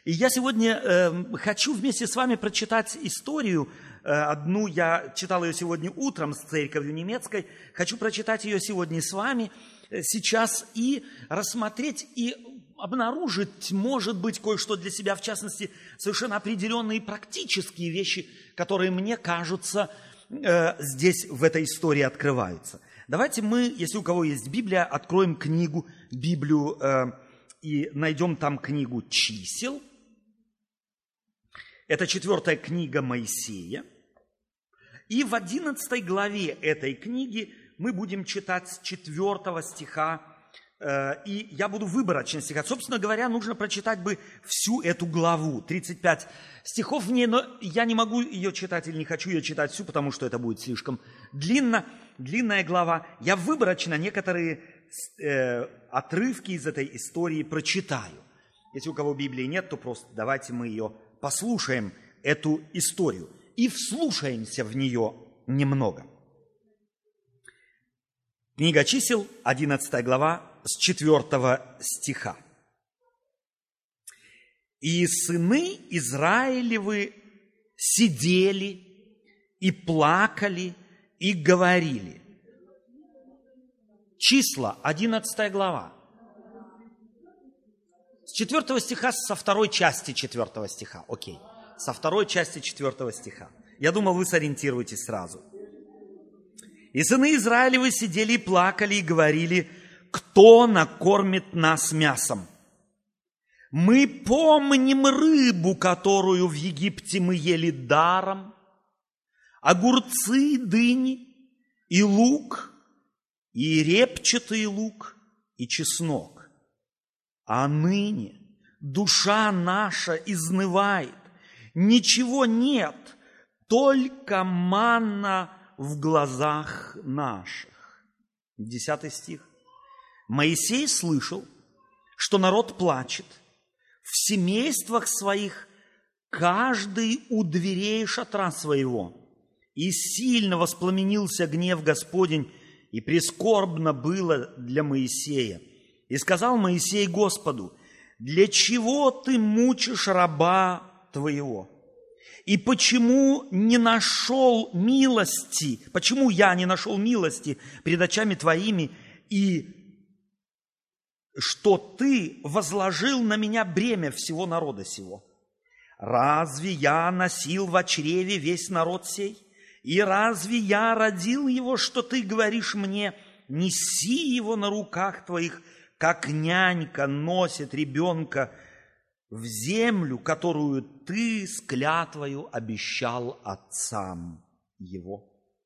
И я сегодня хочу вместе с вами прочитать историю. Одну я читал ее сегодня утром с церковью немецкой. Хочу прочитать ее сегодня с вами сейчас и рассмотреть, и обнаружить, может быть, кое-что для себя, в частности, совершенно определенные практические вещи, которые, мне кажутся, здесь в этой истории открываются. Давайте мы, если у кого есть Библия, откроем Библию и найдем там книгу «Чисел». Это 4 книга Моисея. И в 11 главе этой книги мы будем читать с 4 стиха. И я буду выборочно стихать. Собственно говоря, нужно прочитать бы всю эту главу. 35 стихов в ней, но я не могу ее читать или не хочу ее читать всю, потому что это будет слишком длинная глава. Я выборочно некоторые отрывки из этой истории прочитаю. Если у кого Библии нет, то просто давайте мы ее послушаем, эту историю, и вслушаемся в нее немного. Книга Чисел, 11 глава, с 4 стиха. «И сыны Израилевы сидели и плакали и говорили». Числа, 11 глава. С 4 стиха, со второй части 4 стиха. Окей, со второй части 4 стиха. Я думал, вы сориентируетесь сразу. «И сыны Израилевы сидели и плакали и говорили: кто накормит нас мясом? Мы помним рыбу, которую в Египте мы ели даром, огурцы, дыни, и лук, и репчатый лук, и чеснок. А ныне душа наша изнывает, ничего нет, только манна в глазах наших». 10 стих. «Моисей слышал, что народ плачет, в семействах своих каждый у дверей шатра своего. И сильно воспламенился гнев Господень, и прискорбно было для Моисея. И сказал Моисей Господу: для чего ты мучишь раба твоего? И почему не нашел милости, почему я не нашел милости пред очами твоими, и что ты возложил на меня бремя всего народа сего? Разве я носил во чреве весь народ сей? И разве я родил его, что ты говоришь мне: неси его на руках твоих, как нянька носит ребенка в землю, которую ты с клятвою обещал отцам его?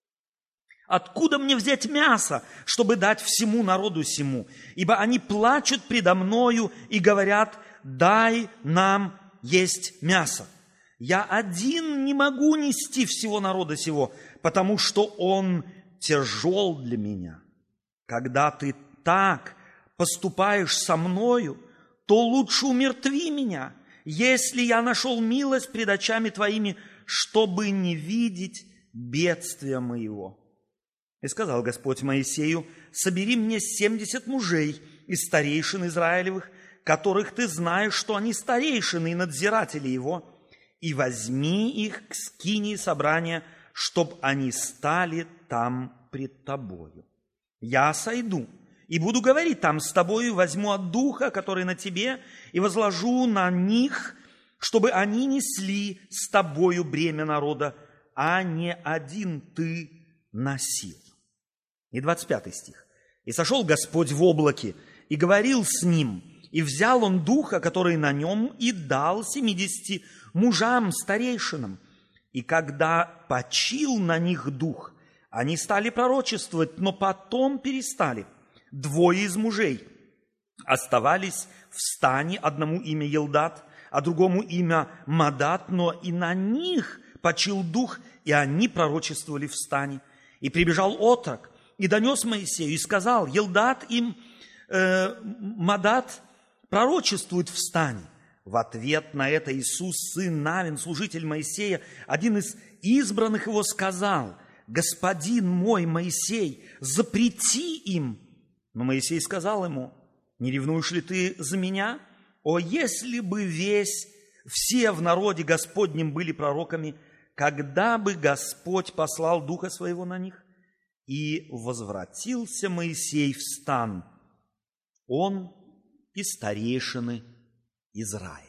Откуда мне взять мясо, чтобы дать всему народу сему? Ибо они плачут предо мною и говорят: дай нам есть мясо. Я один не могу нести всего народа сего, потому что он тяжел для меня. Когда ты так поступаешь со мною, то лучше умертви меня, если я нашел милость пред очами твоими, чтобы не видеть бедствия моего. И сказал Господь Моисею: собери мне 70 мужей из старейшин Израилевых, которых ты знаешь, что они старейшины и надзиратели его, и возьми их к скинии собрания, чтоб они стали там пред тобою. Я сойду и буду говорить там с тобою, возьму от духа, который на тебе, и возложу на них, чтобы они несли с тобою бремя народа, а не один ты носил». И 25 стих. «И сошел Господь в облаке, и говорил с ним, и взял он духа, который на нем, и дал 70 мужам, старейшинам. И когда почил на них дух, они стали пророчествовать, но потом перестали. 2 из мужей оставались в стане, одному имя Елдат, а другому имя Мадат, но и на них почил дух, и они пророчествовали в стане. И прибежал отрок, и донес Моисею, и сказал: Елдат и Мадат пророчествуют в стане. В ответ на это Иисус, сын Навин, служитель Моисея, один из избранных его, сказал: господин мой Моисей, запрети им. Но Моисей сказал ему: не ревнуешь ли ты за меня? О, если бы весь все в народе Господнем были пророками, когда бы Господь послал Духа Своего на них, и возвратился Моисей в стан, он и старейшины Израилева.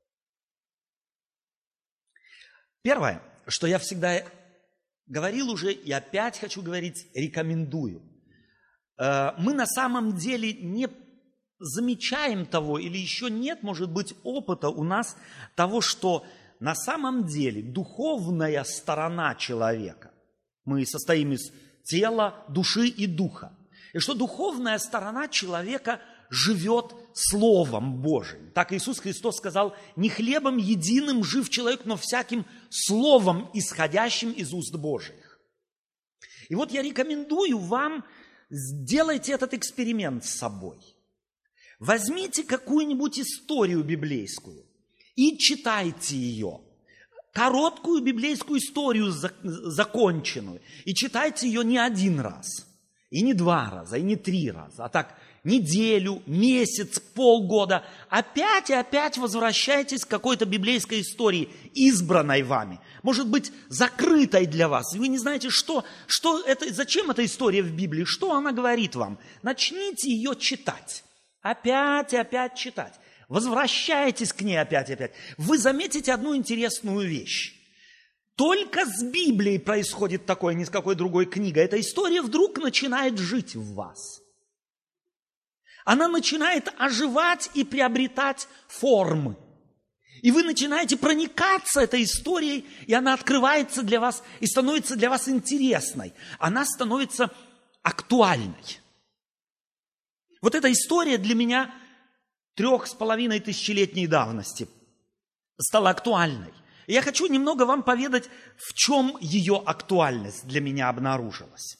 Первое, что я всегда говорил уже и опять хочу говорить, рекомендую. Мы на самом деле не замечаем того, или еще нет, может быть, опыта у нас того, что на самом деле духовная сторона человека, мы состоим из тела, души и духа, и что духовная сторона человека живет Словом Божиим. Так Иисус Христос сказал: не хлебом единым жив человек, но всяким словом, исходящим из уст Божиих. И вот я рекомендую вам, сделайте этот эксперимент с собой. Возьмите какую-нибудь историю библейскую и читайте ее. Короткую библейскую историю законченную. И читайте ее не один раз, и не 2 раза, и не 3 раза, а так неделю, месяц, полгода. Опять и опять возвращайтесь к какой-то библейской истории, избранной вами. Может быть, закрытой для вас. И вы не знаете, что это, зачем эта история в Библии, что она говорит вам. Начните ее читать. Опять и опять читать. Возвращайтесь к ней опять и опять. Вы заметите одну интересную вещь. Только с Библией происходит такое, ни с какой другой книгой. Эта история вдруг начинает жить в вас. Она начинает оживать и приобретать формы. И вы начинаете проникаться этой историей, и она открывается для вас и становится для вас интересной. Она становится актуальной. Вот эта история для меня 3,5 тысячелетней давности стала актуальной. И я хочу немного вам поведать, в чем ее актуальность для меня обнаружилась.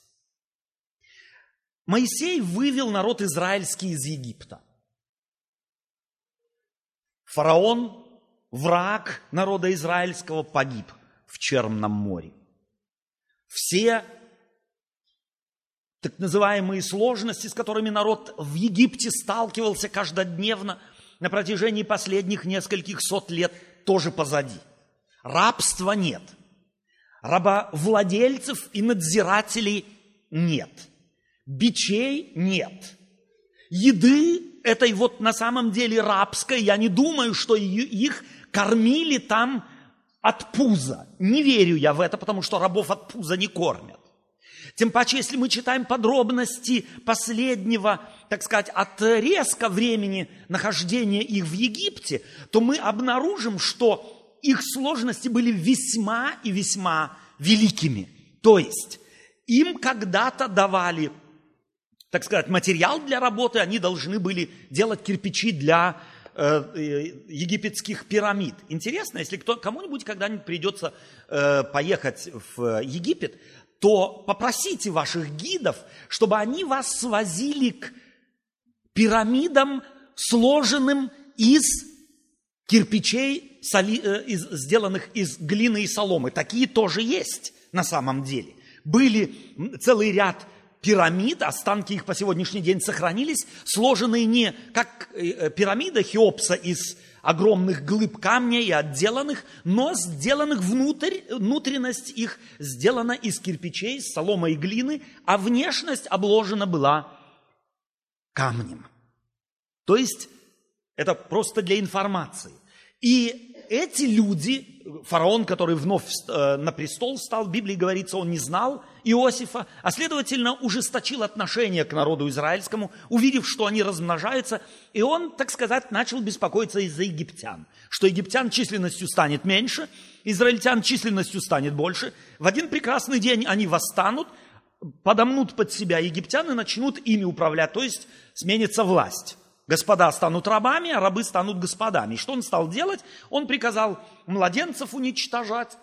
Моисей вывел народ израильский из Египта. Фараон, враг народа израильского, погиб в Черном море. Все так называемые сложности, с которыми народ в Египте сталкивался каждодневно на протяжении последних нескольких сот лет, тоже позади. Рабства нет. Рабовладельцев и надзирателей нет. Бичей нет. Еды этой вот на самом деле рабской, я не думаю, что их кормили там от пуза. Не верю я в это, потому что рабов от пуза не кормят. Тем паче, если мы читаем подробности последнего, так сказать, отрезка времени нахождения их в Египте, то мы обнаружим, что их сложности были весьма и весьма великими. То есть им когда-то давали, так сказать, материал для работы, они должны были делать кирпичи для египетских пирамид. Интересно, если кому-нибудь когда-нибудь придется поехать в Египет, то попросите ваших гидов, чтобы они вас свозили к пирамидам, сложенным из кирпичей, сделанных из глины и соломы. Такие тоже есть на самом деле. Были целый ряд пирамид, останки их по сегодняшний день сохранились, сложенные не как пирамида Хеопса из огромных глыб камня и отделанных, но сделанных внутренность их сделана из кирпичей, соломы и глины, а внешность обложена была камнем. То есть это просто для информации. И эти люди, фараон, который вновь на престол встал, в Библии говорится, он не знал Иосифа, а следовательно ужесточил отношение к народу израильскому, увидев, что они размножаются, и он, так сказать, начал беспокоиться из-за египтян, что египтян численностью станет меньше, израильтян численностью станет больше. В один прекрасный день они восстанут, подомнут под себя египтян и начнут ими управлять, то есть сменится власть. Господа станут рабами, а рабы станут господами. И что он стал делать? Он приказал младенцев уничтожать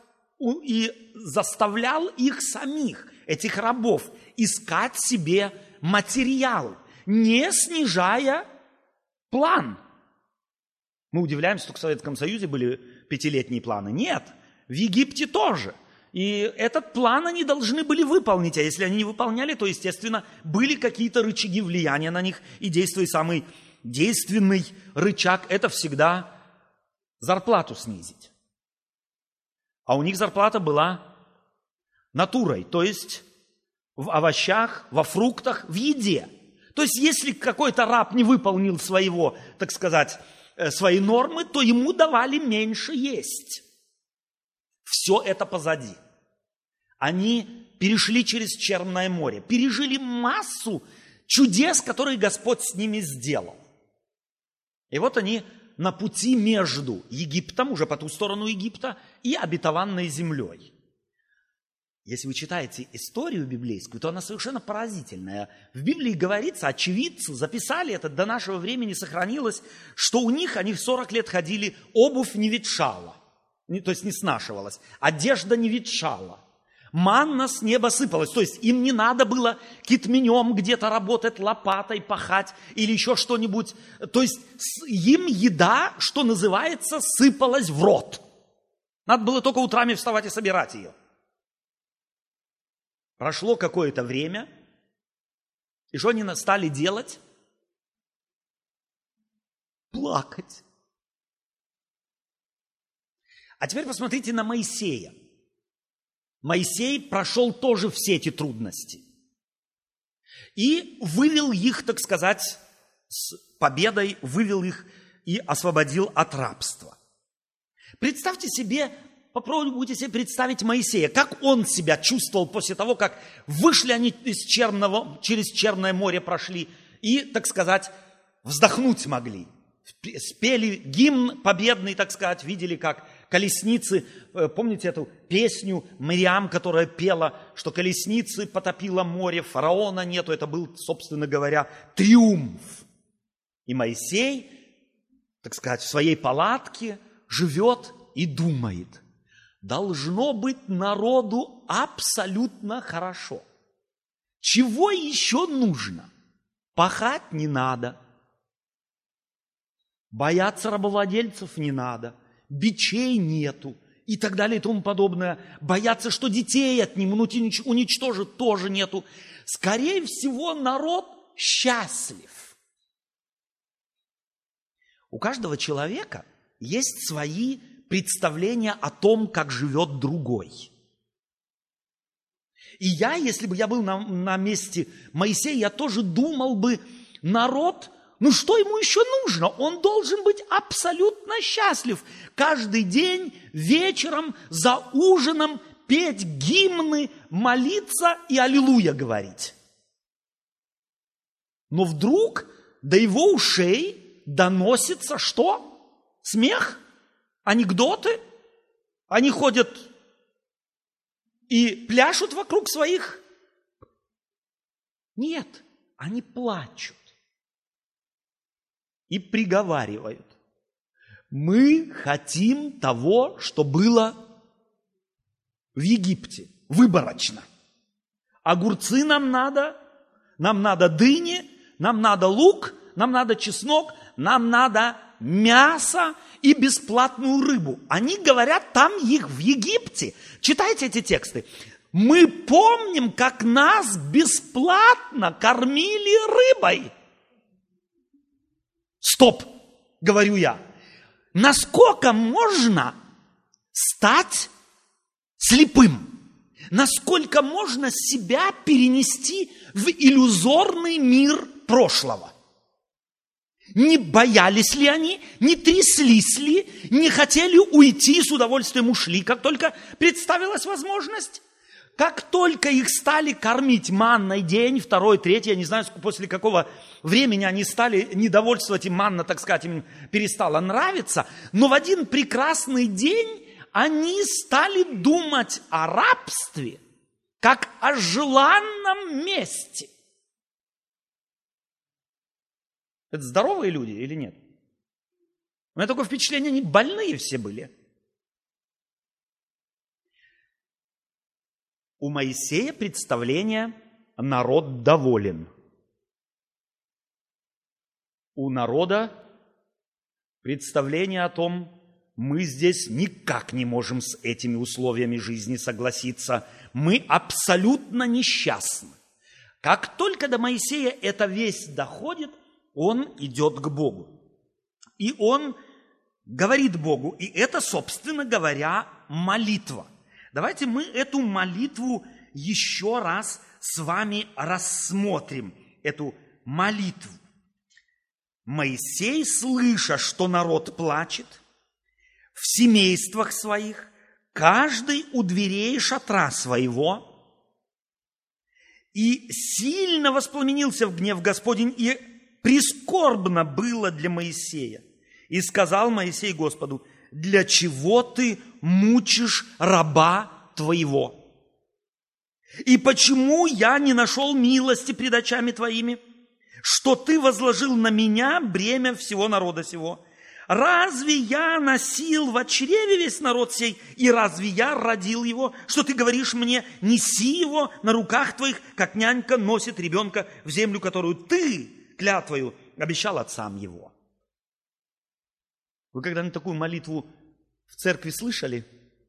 и заставлял их самих, этих рабов, искать себе материал, не снижая план. Мы удивляемся, что в Советском Союзе были 5-летние планы. Нет, в Египте тоже. И этот план они должны были выполнить. А если они не выполняли, то, естественно, были какие-то рычаги влияния на них. И самый действенный рычаг – это всегда зарплату снизить. А у них зарплата была натурой, то есть в овощах, во фруктах, в еде. То есть если какой-то раб не выполнил своего, так сказать, своей нормы, то ему давали меньше есть. Все это позади. Они перешли через Черное море, пережили массу чудес, которые Господь с ними сделал. И вот они на пути между Египтом, уже по ту сторону Египта, и обетованной землей. Если вы читаете историю библейскую, то она совершенно поразительная. В Библии говорится, очевидцы записали это, до нашего времени сохранилось, что у них, они 40 лет ходили, обувь не ветшала, то есть не снашивалась, одежда не ветшала. Манна с неба сыпалась, то есть им не надо было китменем где-то работать, лопатой пахать или еще что-нибудь. То есть им еда, что называется, сыпалась в рот. Надо было только утрами вставать и собирать ее. Прошло какое-то время, и что они стали делать? Плакать. А теперь посмотрите на Моисея. Моисей прошел тоже все эти трудности и вывел их, так сказать, с победой, вывел их и освободил от рабства. Представьте себе, попробуйте себе представить Моисея, как он себя чувствовал после того, как вышли они через Черное море прошли и, так сказать, вздохнуть могли. Спели гимн победный, так сказать, видели, как колесницы, помните эту песню Мириам, которая пела, что колесницы потопило море, фараона нету, это был, собственно говоря, триумф. И Моисей, так сказать, в своей палатке живет и думает, должно быть народу абсолютно хорошо. Чего еще нужно? Пахать не надо. Бояться рабовладельцев не надо, бичей нету и так далее и тому подобное. Бояться, что детей отнимут, уничтожат, тоже нету. Скорее всего, народ счастлив. У каждого человека есть свои представления о том, как живет другой. И я, если бы я был на месте Моисея, я тоже думал бы, народ... Ну что ему еще нужно? Он должен быть абсолютно счастлив. Каждый день вечером за ужином петь гимны, молиться и аллилуйя говорить. Но вдруг до его ушей доносится что? Смех? Анекдоты? Они ходят и пляшут вокруг своих? Нет, они плачут. И приговаривают, мы хотим того, что было в Египте, выборочно. Огурцы нам надо дыни, нам надо лук, нам надо чеснок, нам надо мясо и бесплатную рыбу. Они говорят там в Египте. Читайте эти тексты. Мы помним, как нас бесплатно кормили рыбой. Стоп, говорю я. Насколько можно стать слепым? Насколько можно себя перенести в иллюзорный мир прошлого? Не боялись ли они, не тряслись ли, не хотели уйти, с удовольствием ушли, как только представилась возможность? Как только их стали кормить манной день, второй, третий, я не знаю, после какого времени они стали недовольствовать, им манна, так сказать, им перестала нравиться, но в один прекрасный день они стали думать о рабстве, как о желанном месте. Это здоровые люди или нет? У меня такое впечатление, они больные все были. У Моисея представление «народ доволен». У народа представление о том, мы здесь никак не можем с этими условиями жизни согласиться, мы абсолютно несчастны. Как только до Моисея эта весть доходит, он идет к Богу. И он говорит Богу. И это, собственно говоря, молитва. Давайте мы эту молитву еще раз с вами рассмотрим. Эту молитву. Моисей, слыша, что народ плачет, в семействах своих, каждый у дверей шатра своего, и сильно воспламенился в гнев Господень, и прискорбно было для Моисея. И сказал Моисей Господу: для чего ты мучишь раба твоего? И почему я не нашел милости пред очами твоими, что ты возложил на меня бремя всего народа сего? Разве я носил в чреве весь народ сей, и разве я родил его, что ты говоришь мне: неси его на руках твоих, как нянька носит ребенка в землю, которую ты, клятвою, обещал отцам его? Вы когда-нибудь такую молитву в церкви слышали?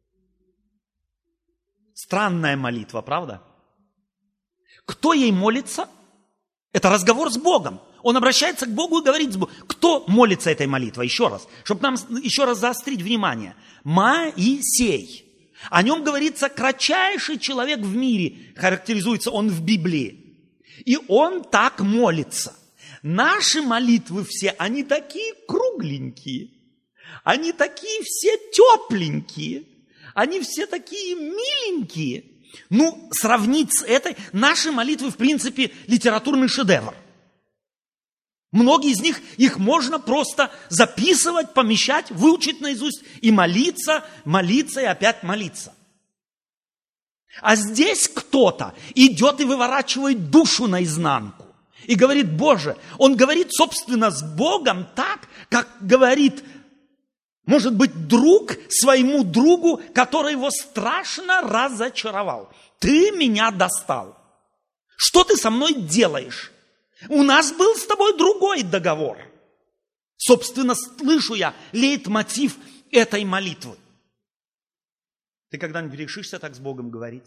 Странная молитва, правда? Кто ей молится? Это разговор с Богом. Он обращается к Богу и говорит с Богом. Кто молится этой молитвой? Еще раз, чтобы нам еще раз заострить внимание. Моисей. О нем говорится: кратчайший человек в мире. Характеризуется он в Библии. И он так молится. Наши молитвы все, они такие кругленькие. Они такие все тепленькие. Они все такие миленькие. Ну, сравнить с этой, наши молитвы, в принципе, литературный шедевр. Многие из них, их можно просто записывать, помещать, выучить наизусть и молиться, молиться и опять молиться. А здесь кто-то идет и выворачивает душу наизнанку. И говорит: Боже, он говорит, собственно, с Богом так, как говорит, может быть, друг своему другу, который его страшно разочаровал. Ты меня достал. Что ты со мной делаешь? У нас был с тобой другой договор. Собственно, слышу я лейтмотив этой молитвы. Ты когда-нибудь решишься так с Богом говорить?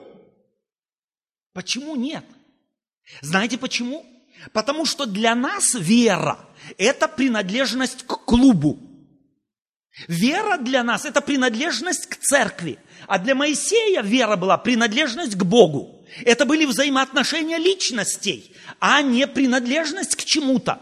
Почему нет? Знаете почему? Потому что для нас вера – это принадлежность к клубу. Вера для нас – это принадлежность к церкви. А для Моисея вера была принадлежность к Богу. Это были взаимоотношения личностей, а не принадлежность к чему-то.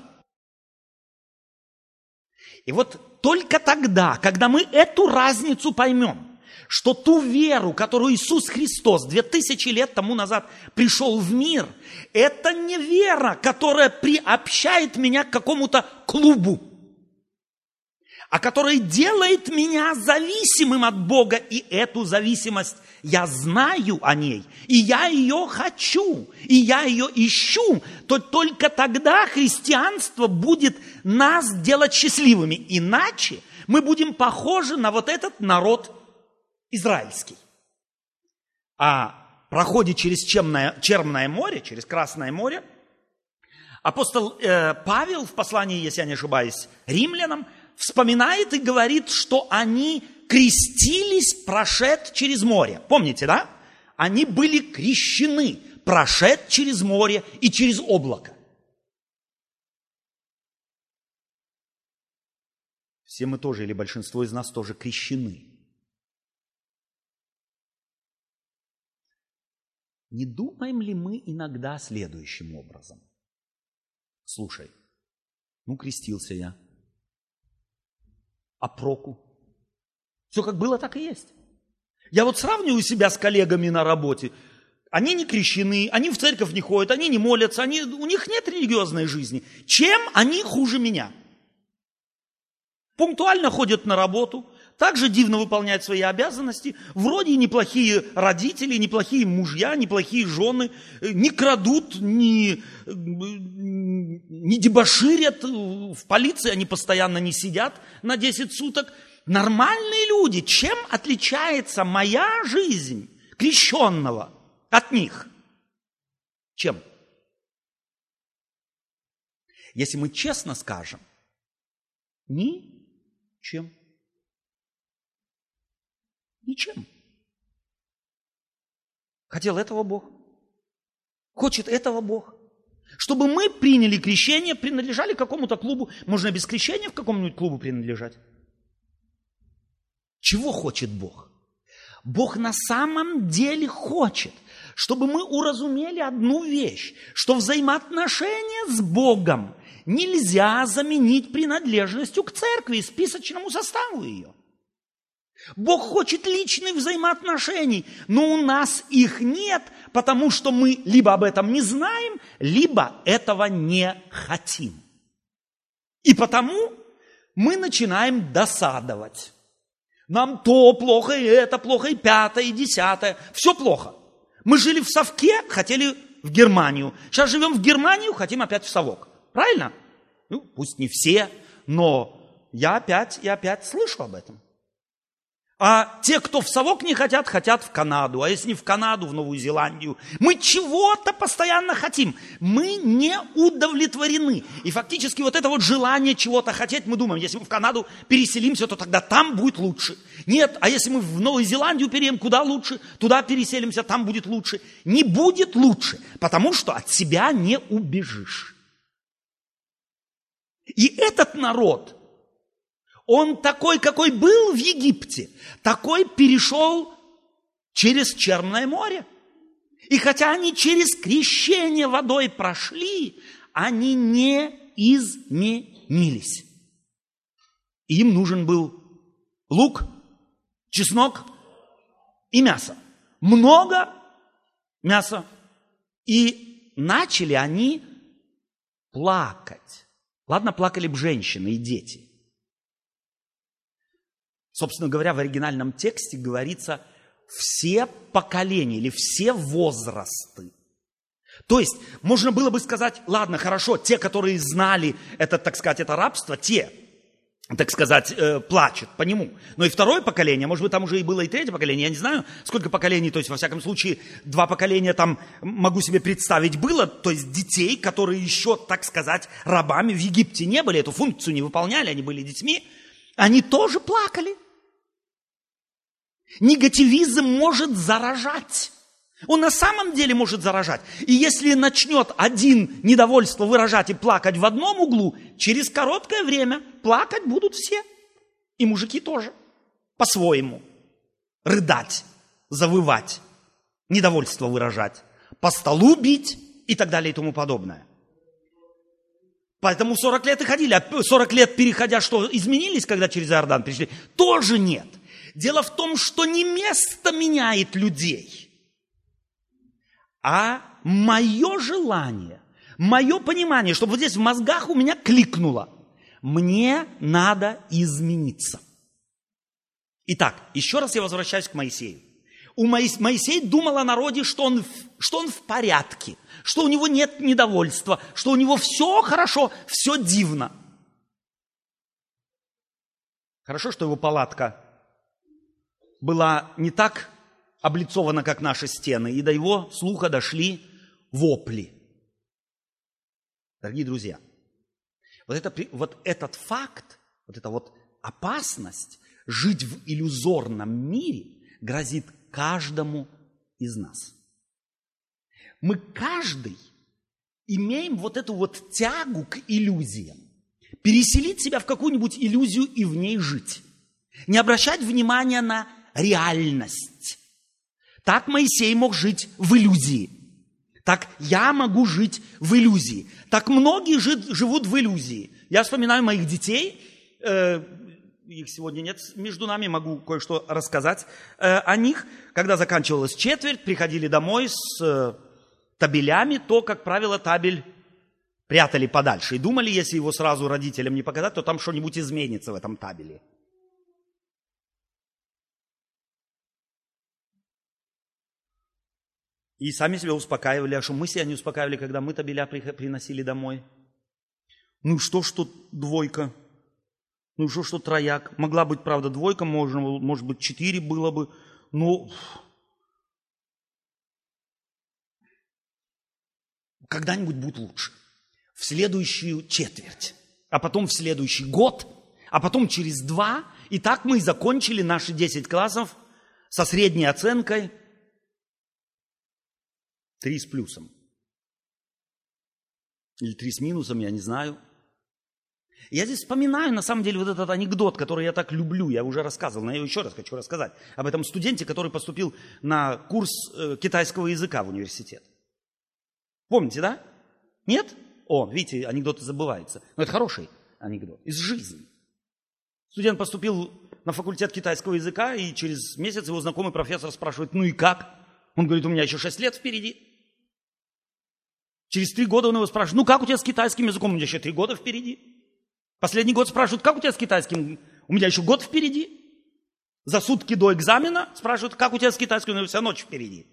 И вот только тогда, когда мы эту разницу поймем, что ту веру, которую Иисус Христос 2000 лет тому назад пришел в мир, это не вера, которая приобщает меня к какому-то клубу, а которая делает меня зависимым от Бога, и эту зависимость я знаю о ней, и я ее хочу, и я ее ищу, то только тогда христианство будет нас делать счастливыми. Иначе мы будем похожи на вот этот народ израильский. А проходя через Черное море, через Красное море, апостол Павел в послании, если я не ошибаюсь, римлянам, вспоминает и говорит, что они крестились, прошед через море. Помните, да? Они были крещены, прошед через море и через облако. Все мы тоже, или большинство из нас тоже крещены. Не думаем ли мы иногда следующим образом? Слушай, крестился я. А проку? Все как было, так и есть. Я вот сравниваю себя с коллегами на работе. Они не крещены, они в церковь не ходят, они не молятся, у них нет религиозной жизни. Чем они хуже меня? Пунктуально ходят на работу, также дивно выполняют свои обязанности, вроде неплохие родители, неплохие мужья, неплохие жены, не крадут, не дебоширят, в полиции они постоянно не сидят на 10 суток. Нормальные люди. Чем отличается моя жизнь крещенного от них? Чем? Если мы честно скажем, ничем. Ничем. Хотел этого Бог. Хочет этого Бог. Чтобы мы приняли крещение, принадлежали какому-то клубу. Можно без крещения в какому-нибудь клубу принадлежать. Чего хочет Бог? Бог на самом деле хочет, чтобы мы уразумели одну вещь, что взаимоотношения с Богом нельзя заменить принадлежностью к церкви и списочному составу ее. Бог хочет личных взаимоотношений, но у нас их нет, потому что мы либо об этом не знаем, либо этого не хотим. И потому мы начинаем досадовать. Нам то плохо, и это плохо, и пятое, и десятое. Все плохо. Мы жили в совке, хотели в Германию. Сейчас живем в Германию, хотим опять в совок. Правильно? Ну, пусть не все, но я опять и опять слышу об этом. А те, кто в совок не хотят, хотят в Канаду. А если не в Канаду, в Новую Зеландию. Мы чего-то постоянно хотим. Мы не удовлетворены. И фактически вот это вот желание чего-то хотеть, мы думаем, если мы в Канаду переселимся, то тогда там будет лучше. Нет, а если мы в Новую Зеландию переедем, куда лучше? Туда переселимся, там будет лучше. Не будет лучше, потому что от себя не убежишь. И этот народ... Он такой, какой был в Египте, такой перешел через Черное море. И хотя они через крещение водой прошли, они не изменились. Им нужен был лук, чеснок и мясо. Много мяса. И начали они плакать. Ладно, плакали бы женщины и дети. Собственно говоря, в оригинальном тексте говорится все поколения или все возрасты. То есть можно было бы сказать, ладно, хорошо, те, которые знали это, так сказать, это рабство, те, так сказать, плачут по нему. Но и второе поколение, может быть, там уже и было и третье поколение, я не знаю, сколько поколений, то есть, во всяком случае, 2 поколения там, могу себе представить, было, то есть детей, которые еще, так сказать, рабами в Египте не были, эту функцию не выполняли, они были детьми, они тоже плакали. Негативизм может заражать. Он на самом деле может заражать. И если начнет один недовольство выражать и плакать в одном углу, через короткое время плакать будут все. И мужики тоже. По-своему. Рыдать, завывать, недовольство выражать, по столу бить и так далее и тому подобное. Поэтому 40 лет и ходили. А 40 лет переходя, что изменились, когда через Иордан пришли? Тоже нет. Дело в том, что не место меняет людей, а мое желание, мое понимание, чтобы вот здесь в мозгах у меня кликнуло. Мне надо измениться. Итак, еще раз я возвращаюсь к Моисею. Моисей думал о народе, что он в порядке, что у него нет недовольства, что у него все хорошо, все дивно. Хорошо, что его палатка была не так облицована, как наши стены, и до его слуха дошли вопли. Дорогие друзья, вот этот факт, вот эта вот опасность жить в иллюзорном мире грозит каждому из нас. Мы каждый имеем вот эту вот тягу к иллюзиям. Переселить себя в какую-нибудь иллюзию и в ней жить. Не обращать внимания на реальность. Так Моисей мог жить в иллюзии. Так я могу жить в иллюзии. Так многие живут в иллюзии. Я вспоминаю моих детей. Их сегодня нет между нами, могу кое-что рассказать о них. Когда заканчивалась четверть, приходили домой с табелями, то, как правило, табель прятали подальше. И думали, если его сразу родителям не показать, то там что-нибудь изменится в этом табеле. И сами себя успокаивали. А что мы себя не успокаивали, когда мы табеля приносили домой? Ну что двойка? Ну что трояк? Могла быть, правда, двойка, может быть, 4 было бы. Но когда-нибудь будет лучше. В следующую четверть. А потом в следующий год. А потом через 2. И так мы и закончили наши 10 классов со средней оценкой 3 с плюсом. Или 3 с минусом, я не знаю. Я здесь вспоминаю, на самом деле, вот этот анекдот, который я так люблю, я уже рассказывал, но я еще раз хочу рассказать об этом студенте, который поступил на курс китайского языка в университет. Помните, да? Нет? О, видите, анекдоты забываются. Но это хороший анекдот из жизни. Студент поступил на факультет китайского языка, и через месяц его знакомый профессор спрашивает: ну и как? Он говорит: у меня еще 6 лет впереди. Через 3 года он его спрашивает: ну как у тебя с китайским языком? У меня еще 3 года впереди. Последний год спрашивают: как у тебя с китайским? У меня еще год впереди. За сутки до экзамена спрашивают: как у тебя с китайским? У меня вся ночь впереди.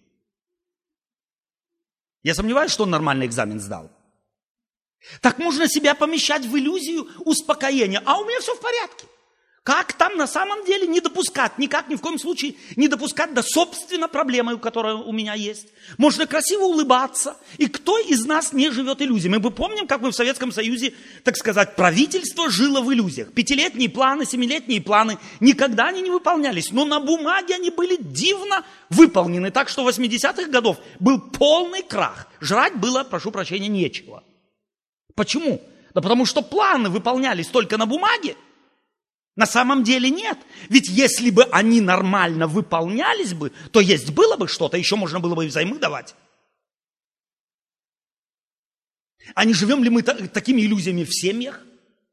Я сомневаюсь, что он нормальный экзамен сдал. Так можно себя помещать в иллюзию успокоения. А у меня все в порядке. Как там на самом деле не допускать, никак, ни в коем случае не допускать до собственно проблемы, которая у меня есть. Можно красиво улыбаться. И кто из нас не живет иллюзией? Мы помним, как мы в Советском Союзе, так сказать, правительство жило в иллюзиях. 5-летние планы, 7-летние планы, никогда они не выполнялись. Но на бумаге они были дивно выполнены. Так что в 80-х годов был полный крах. Жрать было, прошу прощения, нечего. Почему? Да потому что планы выполнялись только на бумаге. На самом деле нет. Ведь если бы они нормально выполнялись бы, то есть было бы что-то, еще можно было бы и взаймы давать. А не живем ли мы такими иллюзиями в семьях?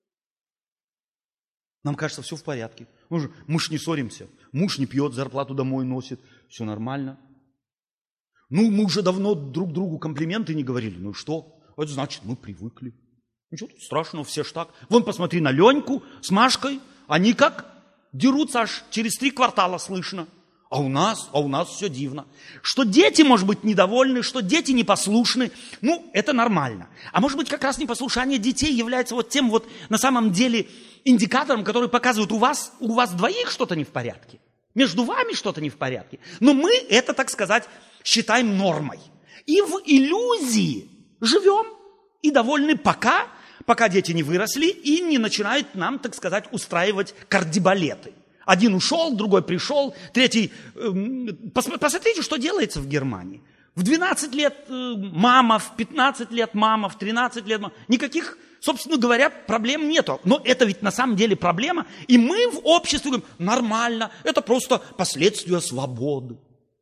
Нам кажется, все в порядке. Мы ж не ссоримся. Муж не пьет, зарплату домой носит. Все нормально. Ну, мы уже давно друг другу комплименты не говорили. Ну и что? Это значит, мы привыкли. Ничего тут страшного, все ж так. Вон посмотри на Леньку с Машкой. Они как дерутся, аж через 3 квартала слышно. А у нас все дивно. Что дети, может быть, недовольны, что дети непослушны, ну, это нормально. А может быть, как раз непослушание детей является вот тем вот, на самом деле, индикатором, который показывает, у вас двоих что-то не в порядке. Между вами что-то не в порядке. Но мы это, так сказать, считаем нормой. И в иллюзии живем и довольны пока дети не выросли и не начинают нам, так сказать, устраивать кардибалеты. Один ушел, другой пришел, третий... Посмотрите, что делается в Германии. В 12 лет мама, в 15 лет мама, в 13 лет мама. Никаких, собственно говоря, проблем нету. Но это ведь на самом деле проблема. И мы в обществе говорим: нормально, это просто последствия свободы.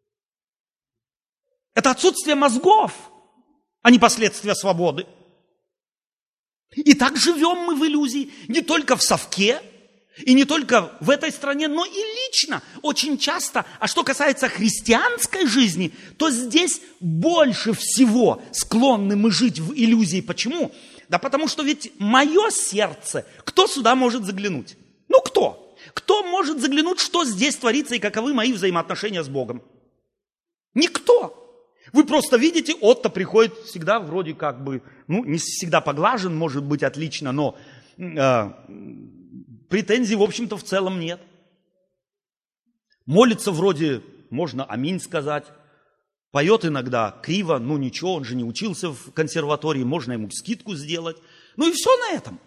Это отсутствие мозгов, а не последствия свободы. И так живем мы в иллюзии, не только в совке, и не только в этой стране, но и лично, очень часто. А что касается христианской жизни, то здесь больше всего склонны мы жить в иллюзии. Почему? Да потому что ведь мое сердце, кто сюда может заглянуть? Ну кто? Кто может заглянуть, что здесь творится и каковы мои взаимоотношения с Богом? Никто. Вы просто видите, Отто приходит всегда вроде как бы, ну, не всегда поглажен, может быть, отлично, но претензий, в общем-то, в целом нет. Молится вроде, можно аминь сказать, поет иногда криво, ну ничего, он же не учился в консерватории, можно ему скидку сделать. Ну и все на этом.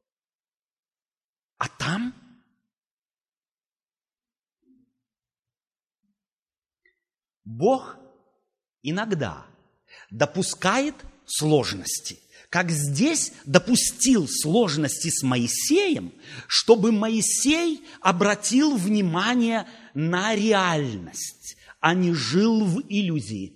А там... Бог иногда допускает сложности, как здесь допустил сложности с Моисеем, чтобы Моисей обратил внимание на реальность, а не жил в иллюзии.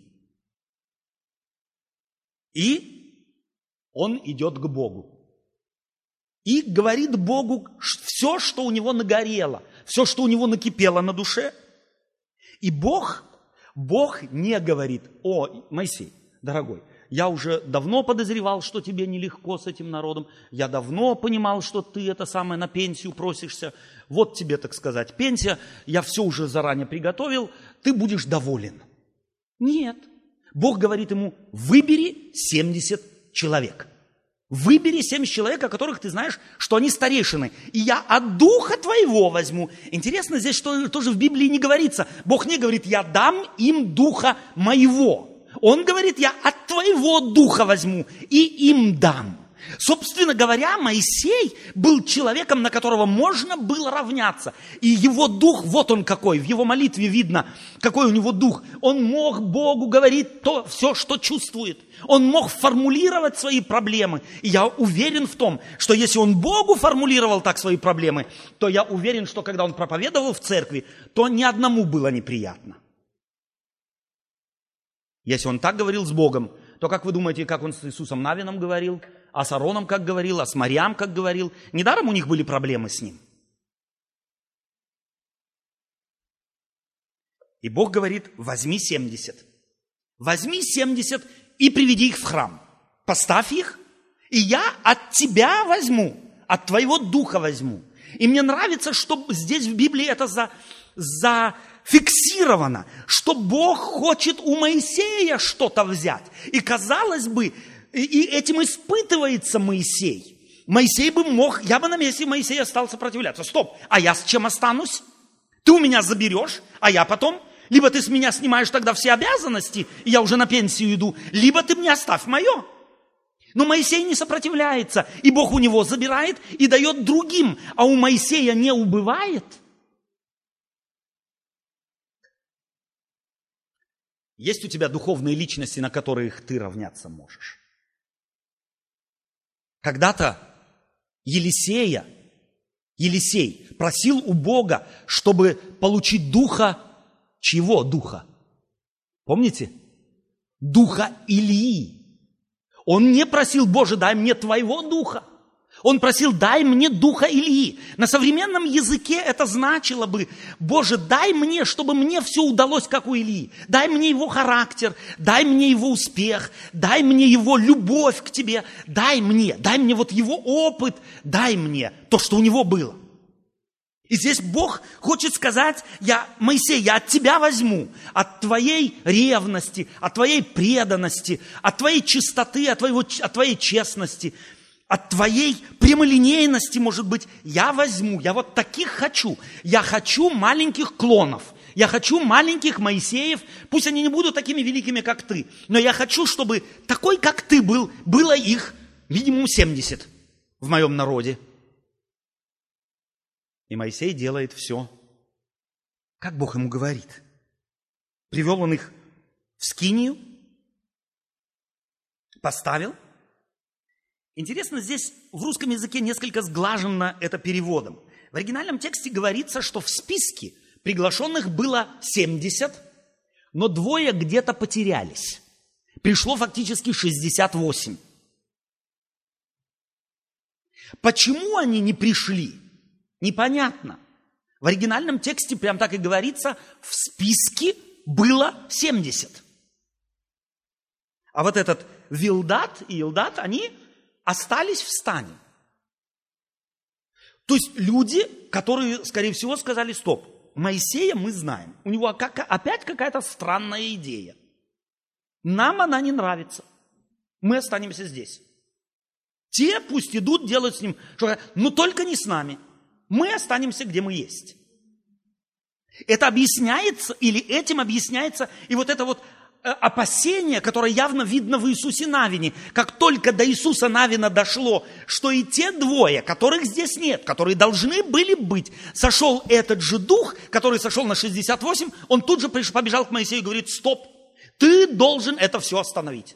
И он идет к Богу. И говорит Богу все, что у него нагорело, все, что у него накипело на душе. И Бог не говорит: о, Моисей, дорогой, я уже давно подозревал, что тебе нелегко с этим народом, я давно понимал, что ты это самое на пенсию просишься, вот тебе, так сказать, пенсия, я все уже заранее приготовил, ты будешь доволен. Нет. Бог говорит ему: выбери 70 человек. Выбери 70 человек, о которых ты знаешь, что они старейшины. И я от духа твоего возьму. Интересно здесь, что тоже в Библии не говорится. Бог не говорит: я дам им духа моего. Он говорит: я от твоего духа возьму и им дам. Собственно говоря, Моисей был человеком, на которого можно было равняться. И его дух, вот он какой, в его молитве видно, какой у него дух. Он мог Богу говорить все, что чувствует. Он мог формулировать свои проблемы. И я уверен в том, что если он Богу формулировал так свои проблемы, то я уверен, что когда он проповедовал в церкви, то ни одному было неприятно. Если он так говорил с Богом, то как вы думаете, как он с Иисусом Навином говорил, а с Аароном как говорил, а с Марьям как говорил? Недаром у них были проблемы с ним. И Бог говорит, возьми 70. Возьми 70 и приведи их в храм. Поставь их, и я от тебя возьму, от твоего духа возьму. И мне нравится, что здесь в Библии это зафиксировано, что Бог хочет у Моисея что-то взять. И казалось бы, и этим испытывается Моисей. Моисей бы мог, я бы на месте Моисея стал сопротивляться. Стоп, а я с чем останусь? Ты у меня заберешь, а я потом... Либо ты с меня снимаешь тогда все обязанности, и я уже на пенсию иду, либо ты мне оставь мое. Но Моисей не сопротивляется, и Бог у него забирает и дает другим, а у Моисея не убывает. Есть у тебя духовные личности, на которых ты равняться можешь? Когда-то Елисей просил у Бога, чтобы получить духа, чьего духа? Помните? Духа Илии. Он не просил, Боже, дай мне твоего духа. Он просил, дай мне духа Илии. На современном языке это значило бы, Боже, дай мне, чтобы мне все удалось, как у Илии. Дай мне его характер, дай мне его успех, дай мне его любовь к тебе, дай мне вот его опыт, дай мне то, что у него было. И здесь Бог хочет сказать, Моисей, я от тебя возьму, от твоей ревности, от твоей преданности, от твоей чистоты, от твоей честности, от твоей прямолинейности, может быть, я возьму, я вот таких хочу. Я хочу маленьких клонов, я хочу маленьких Моисеев, пусть они не будут такими великими, как ты, но я хочу, чтобы такой, как ты был, было их минимум 70 в моем народе. И Моисей делает все, как Бог ему говорит. Привел он их в скинию, поставил. Интересно, здесь в русском языке несколько сглажено это переводом. В оригинальном тексте говорится, что в списке приглашенных было 70, но 2 где-то потерялись. Пришло фактически 68. Почему они не пришли? Непонятно. В оригинальном тексте прям так и говорится, в списке было 70. А вот этот Вилдат и Илдат, они остались в стане. То есть люди, которые, скорее всего, сказали, стоп, Моисея мы знаем. У него опять какая-то странная идея. Нам она не нравится. Мы останемся здесь. Те пусть идут, делают с ним, но только не с нами. Мы останемся, где мы есть. Это объясняется, или этим объясняется и вот это вот опасение, которое явно видно в Иисусе Навине. Как только до Иисуса Навина дошло, что и те 2, которых здесь нет, которые должны были быть, сошел этот же дух, который сошел на 68, он тут же побежал к Моисею и говорит, стоп, ты должен это все остановить.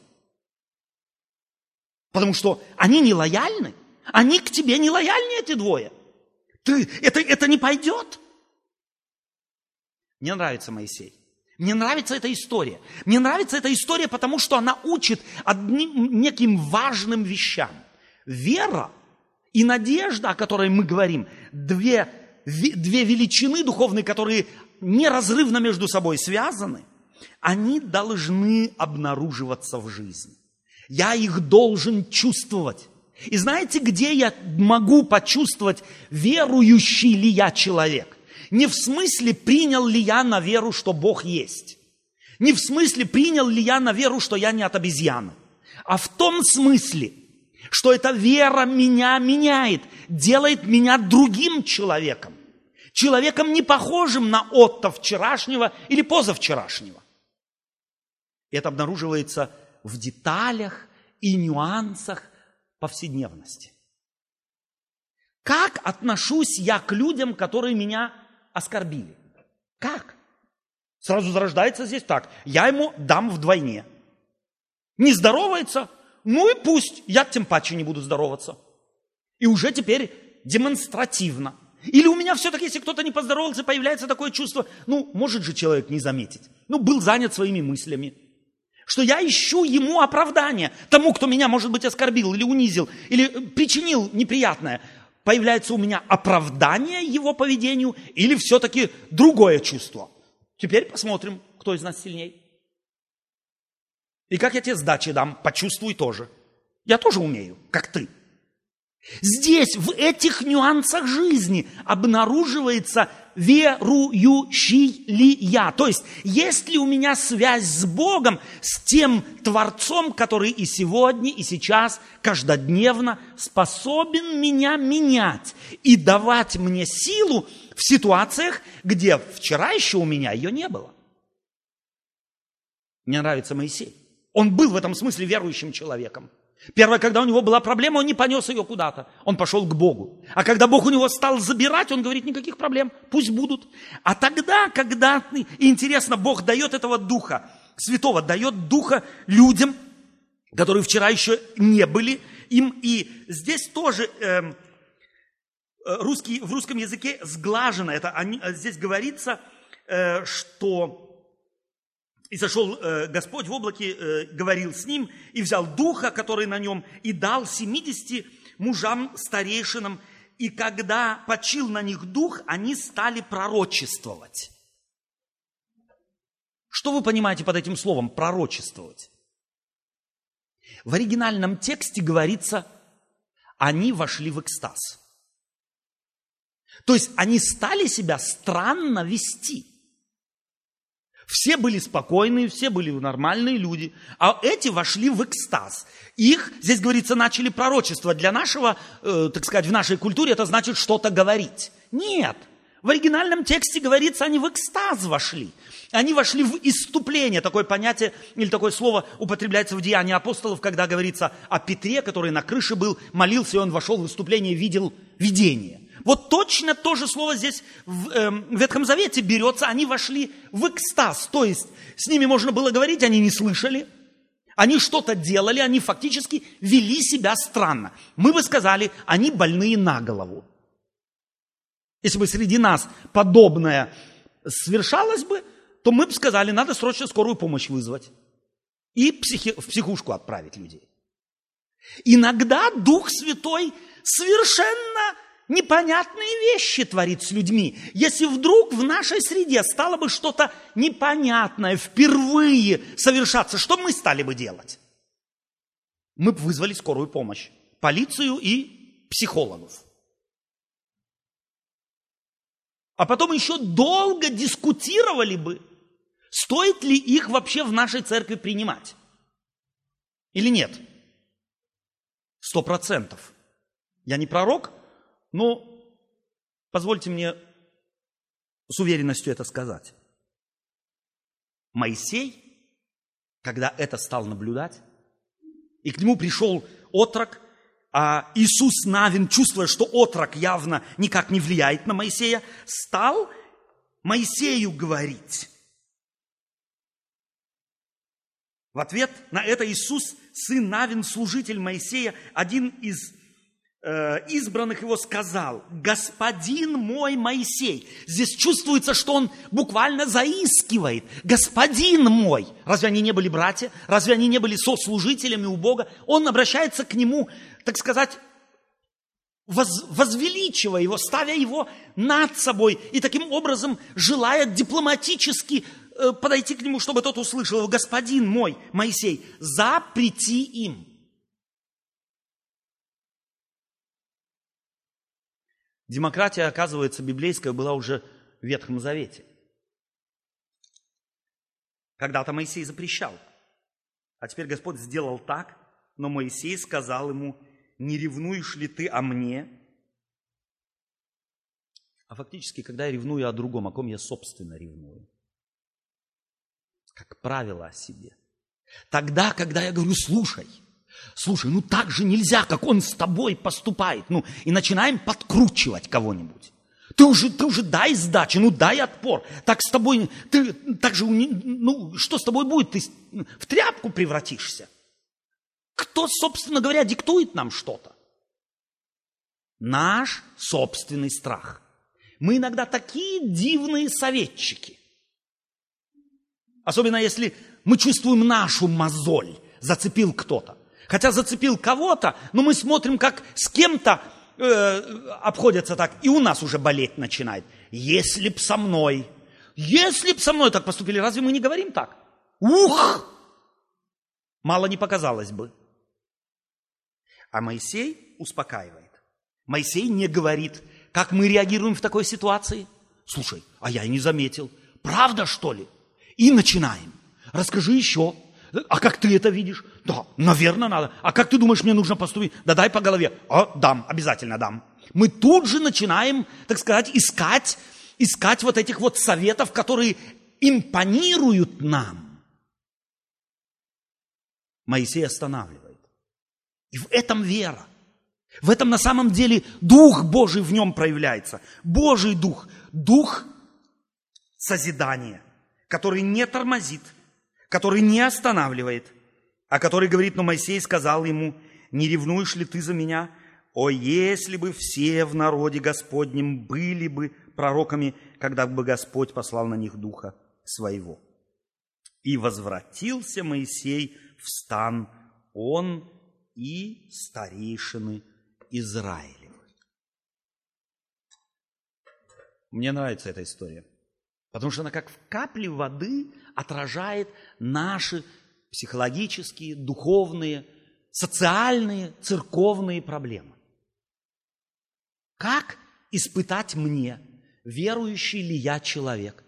Потому что они не лояльны, они к тебе не лояльны, эти 2. Это не пойдет. Мне нравится Моисей. Мне нравится эта история. Мне нравится эта история, потому что она учит неким важным вещам. Вера и надежда, о которой мы говорим, 2 величины духовные, которые неразрывно между собой связаны, они должны обнаруживаться в жизни. Я их должен чувствовать. И знаете, где я могу почувствовать, верующий ли я человек? Не в смысле, принял ли я на веру, что Бог есть. Не в смысле, принял ли я на веру, что я не от обезьяны. А в том смысле, что эта вера меня меняет, делает меня другим человеком. Человеком, не похожим на Отто вчерашнего или позавчерашнего. Это обнаруживается в деталях и нюансах повседневности. Как отношусь я к людям, которые меня оскорбили? Как? Сразу зарождается здесь так. Я ему дам вдвойне. Не здоровается? Ну и пусть. Я тем паче не буду здороваться. И уже теперь демонстративно. Или у меня все-таки, если кто-то не поздоровался, появляется такое чувство, может же человек не заметить. Был занят своими мыслями. Что я ищу ему оправдание. Тому, кто меня, может быть, оскорбил или унизил, или причинил неприятное. Появляется у меня оправдание его поведению или все-таки другое чувство. Теперь посмотрим, кто из нас сильней. И как я тебе сдачи дам, почувствуй тоже. Я тоже умею, как ты. Здесь, в этих нюансах жизни обнаруживается, верующий ли я. То есть, есть ли у меня связь с Богом, с тем Творцом, который и сегодня, и сейчас, каждодневно способен меня менять и давать мне силу в ситуациях, где вчера еще у меня ее не было. Мне нравится Моисей. Он был в этом смысле верующим человеком. Первое, когда у него была проблема, он не понес ее куда-то. Он пошел к Богу. А когда Бог у него стал забирать, он говорит, никаких проблем, пусть будут. А тогда, когда, и интересно, Бог дает этого Духа Святого, дает Духа людям, которые вчера еще не были им. И здесь тоже в русском языке сглажено. Здесь говорится, что... И сошел Господь в облаке, говорил с ним, и взял духа, который на нем, и дал 70 мужам старейшинам. И когда почил на них дух, они стали пророчествовать. Что вы понимаете под этим словом «пророчествовать»? В оригинальном тексте говорится, они вошли в экстаз. То есть они стали себя странно вести. Все были спокойные, все были нормальные люди, а эти вошли в экстаз. Их, здесь говорится, начали пророчествовать. Для нашего, так сказать, в нашей культуре это значит что-то говорить. Нет, в оригинальном тексте говорится, они в экстаз вошли. Они вошли в исступление, такое понятие, или такое слово употребляется в Деянии апостолов, когда говорится о Петре, который на крыше был, молился, и он вошел в исступление, видел видение. Вот точно то же слово здесь в Ветхом Завете берется, они вошли в экстаз, то есть с ними можно было говорить, они не слышали, они что-то делали, они фактически вели себя странно. Мы бы сказали, они больные на голову. Если бы среди нас подобное совершалось бы, то мы бы сказали, надо срочно скорую помощь вызвать и в психушку отправить людей. Иногда Дух Святой совершенно непонятные вещи творит с людьми. Если вдруг в нашей среде стало бы что-то непонятное впервые совершаться, что мы стали бы делать? Мы бы вызвали скорую помощь, полицию и психологов. А потом еще долго дискутировали бы, стоит ли их вообще в нашей церкви принимать. Или нет? 100%. Я не пророк, но позвольте мне с уверенностью это сказать. Моисей, когда это стал наблюдать, и к нему пришел отрок, а Иисус Навин, чувствуя, что отрок явно никак не влияет на Моисея, стал Моисею говорить. В ответ на это Иисус, сын Навин, служитель Моисея, один из избранных его сказал: «Господин мой Моисей». Здесь чувствуется, что он буквально заискивает. «Господин мой». Разве они не были братья? Разве они не были сослужителями у Бога? Он обращается к нему, так сказать, возвеличивая его, ставя его над собой и таким образом желая дипломатически подойти к нему, чтобы тот услышал его: «Господин мой Моисей, запрети им». Демократия, оказывается, библейская была уже в Ветхом Завете. Когда-то Моисей запрещал, а теперь Господь сделал так, но Моисей сказал ему: «Не ревнуешь ли ты о мне?» А фактически, когда я ревную о другом, о ком я собственно ревную? Как правило, о себе. Тогда, когда я говорю: «Слушай, Слушай, ну так же нельзя, как он с тобой поступает. Ну, и начинаем подкручивать кого-нибудь. Ты уже дай сдачи, ну дай отпор. Так с тобой, ты так же, ну что с тобой будет? Ты в тряпку превратишься. Кто, собственно говоря, диктует нам что-то? Наш собственный страх. Мы иногда такие дивные советчики. Особенно если мы чувствуем нашу мозоль, зацепил кто-то. Хотя зацепил кого-то, но мы смотрим, как с кем-то обходятся так, и у нас уже болеть начинает. Если б со мной так поступили, разве мы не говорим так? Ух! Мало не показалось бы. А Моисей успокаивает. Моисей не говорит, как мы реагируем в такой ситуации. Слушай, а я и не заметил. Правда, что ли? И начинаем. Расскажи еще. А как ты это видишь? Да, наверное, надо. А как ты думаешь, мне нужно поступить? Да дай по голове. Дам, обязательно дам. Мы тут же начинаем, так сказать, искать вот этих вот советов, которые импонируют нам. Моисей останавливает. И в этом вера. В этом на самом деле Дух Божий в нем проявляется. Божий Дух. Дух созидания, который не тормозит, который не останавливает, а который говорит, но Моисей сказал ему, не ревнуешь ли ты за меня? О, если бы все в народе Господнем были бы пророками, когда бы Господь послал на них Духа Своего. И возвратился Моисей в стан, он и старейшины Израилевы. Мне нравится эта история. Потому что она как в капле воды отражает наши психологические, духовные, социальные, церковные проблемы. Как испытать мне, верующий ли я человек?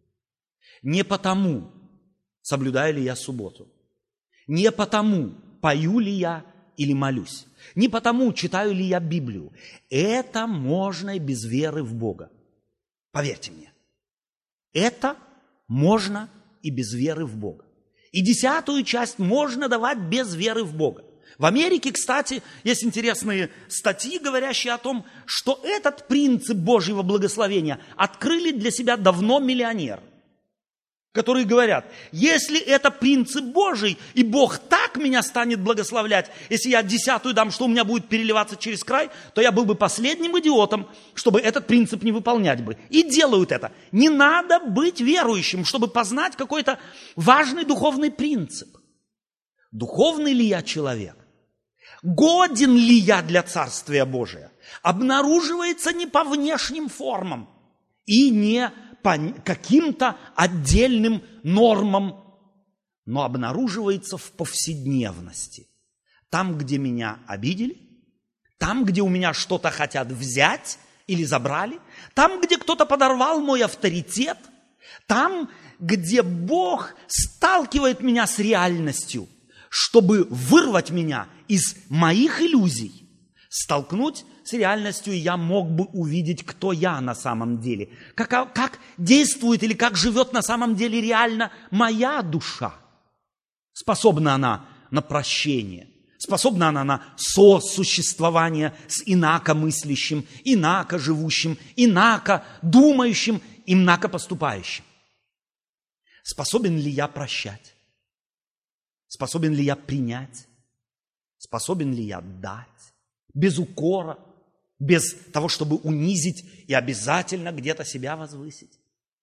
Не потому, соблюдаю ли я субботу. Не потому, пою ли я или молюсь. Не потому, читаю ли я Библию. Это можно и без веры в Бога. Поверьте мне. Это можно и без веры в Бога. И 10-ю часть можно давать без веры в Бога. В Америке, кстати, есть интересные статьи, говорящие о том, что этот принцип Божьего благословения открыли для себя давно миллионеры, которые говорят, если это принцип Божий, и Бог так меня станет благословлять, если я 10-ю дам, что у меня будет переливаться через край, то я был бы последним идиотом, чтобы этот принцип не выполнять бы. И делают это. Не надо быть верующим, чтобы познать какой-то важный духовный принцип. Духовный ли я человек? Годен ли я для Царствия Божия? Обнаруживается не по внешним формам и не по каким-то отдельным нормам, но обнаруживается в повседневности. Там, где меня обидели, там, где у меня что-то хотят взять или забрали, там, где кто-то подорвал мой авторитет, там, где Бог сталкивает меня с реальностью, чтобы вырвать меня из моих иллюзий, столкнуть с реальностью, и я мог бы увидеть, кто я на самом деле, как действует или как живет на самом деле реально моя душа. Способна она на прощение, способна она на сосуществование с инакомыслящим, инакоживущим, инакодумающим, инакопоступающим. Способен ли я прощать? Способен ли я принять? Способен ли я дать? Без укора, без того, чтобы унизить и обязательно где-то себя возвысить.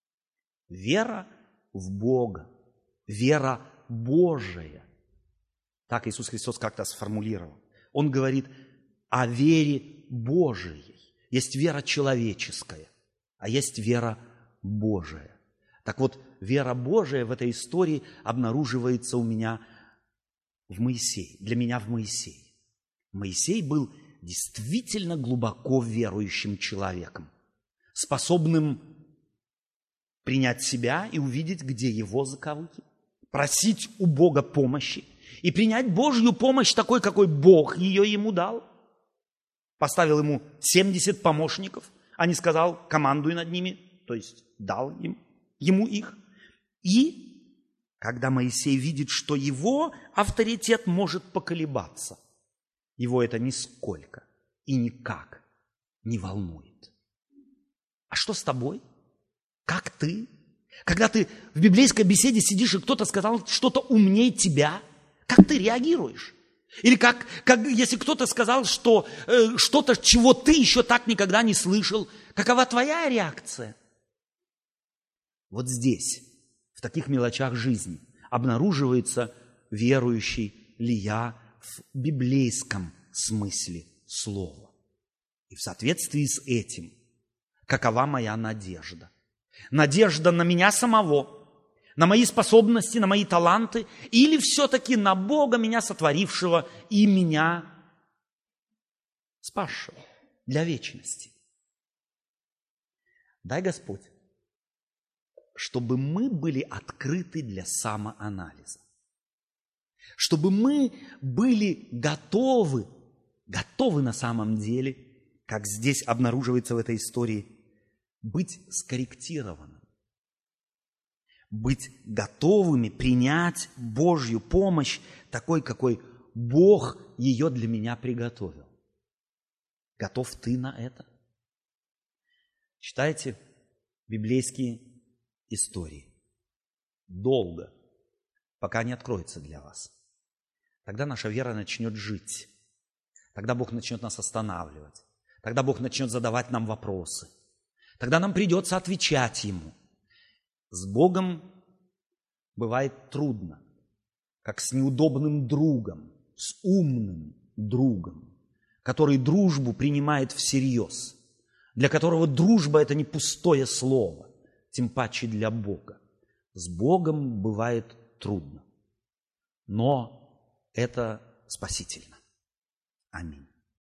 Вера в Бога, вера Божия. Так Иисус Христос как-то сформулировал. Он говорит о вере Божией. Есть вера человеческая, а есть вера Божия. Так вот, вера Божия в этой истории обнаруживается у меня в Моисее, для меня в Моисее. Моисей был действительно глубоко верующим человеком, способным принять себя и увидеть, где его заковыки, просить у Бога помощи и принять Божью помощь такой, какой Бог ее ему дал. Поставил ему 70 помощников, а не сказал, командуй над ними, то есть дал ему их. И когда Моисей видит, что его авторитет может поколебаться, его это нисколько и никак не волнует. А что с тобой? Как ты? Когда ты в библейской беседе сидишь, и кто-то сказал что-то умнее тебя, как ты реагируешь? Или как если кто-то сказал, что что-то, чего ты еще так никогда не слышал, какова твоя реакция? Вот здесь, в таких мелочах жизни, обнаруживается, верующий ли я в библейском смысле слова. И в соответствии с этим, какова моя надежда? Надежда на меня самого, на мои способности, на мои таланты, или все-таки на Бога, меня сотворившего и меня спасшего для вечности? Дай Господь, чтобы мы были открыты для самоанализа, чтобы мы были готовы на самом деле, как здесь обнаруживается в этой истории, быть скорректированным, быть готовыми принять Божью помощь такой, какой Бог ее для меня приготовил. Готов ты на это? Читайте библейские истории долго, пока не откроется для вас. Тогда наша вера начнет жить. Тогда Бог начнет нас останавливать. Тогда Бог начнет задавать нам вопросы. Тогда нам придется отвечать Ему. С Богом бывает трудно, как с неудобным другом, с умным другом, который дружбу принимает всерьез, для которого дружба – это не пустое слово, тем паче для Бога. С Богом бывает трудно, но это спасительно. Аминь.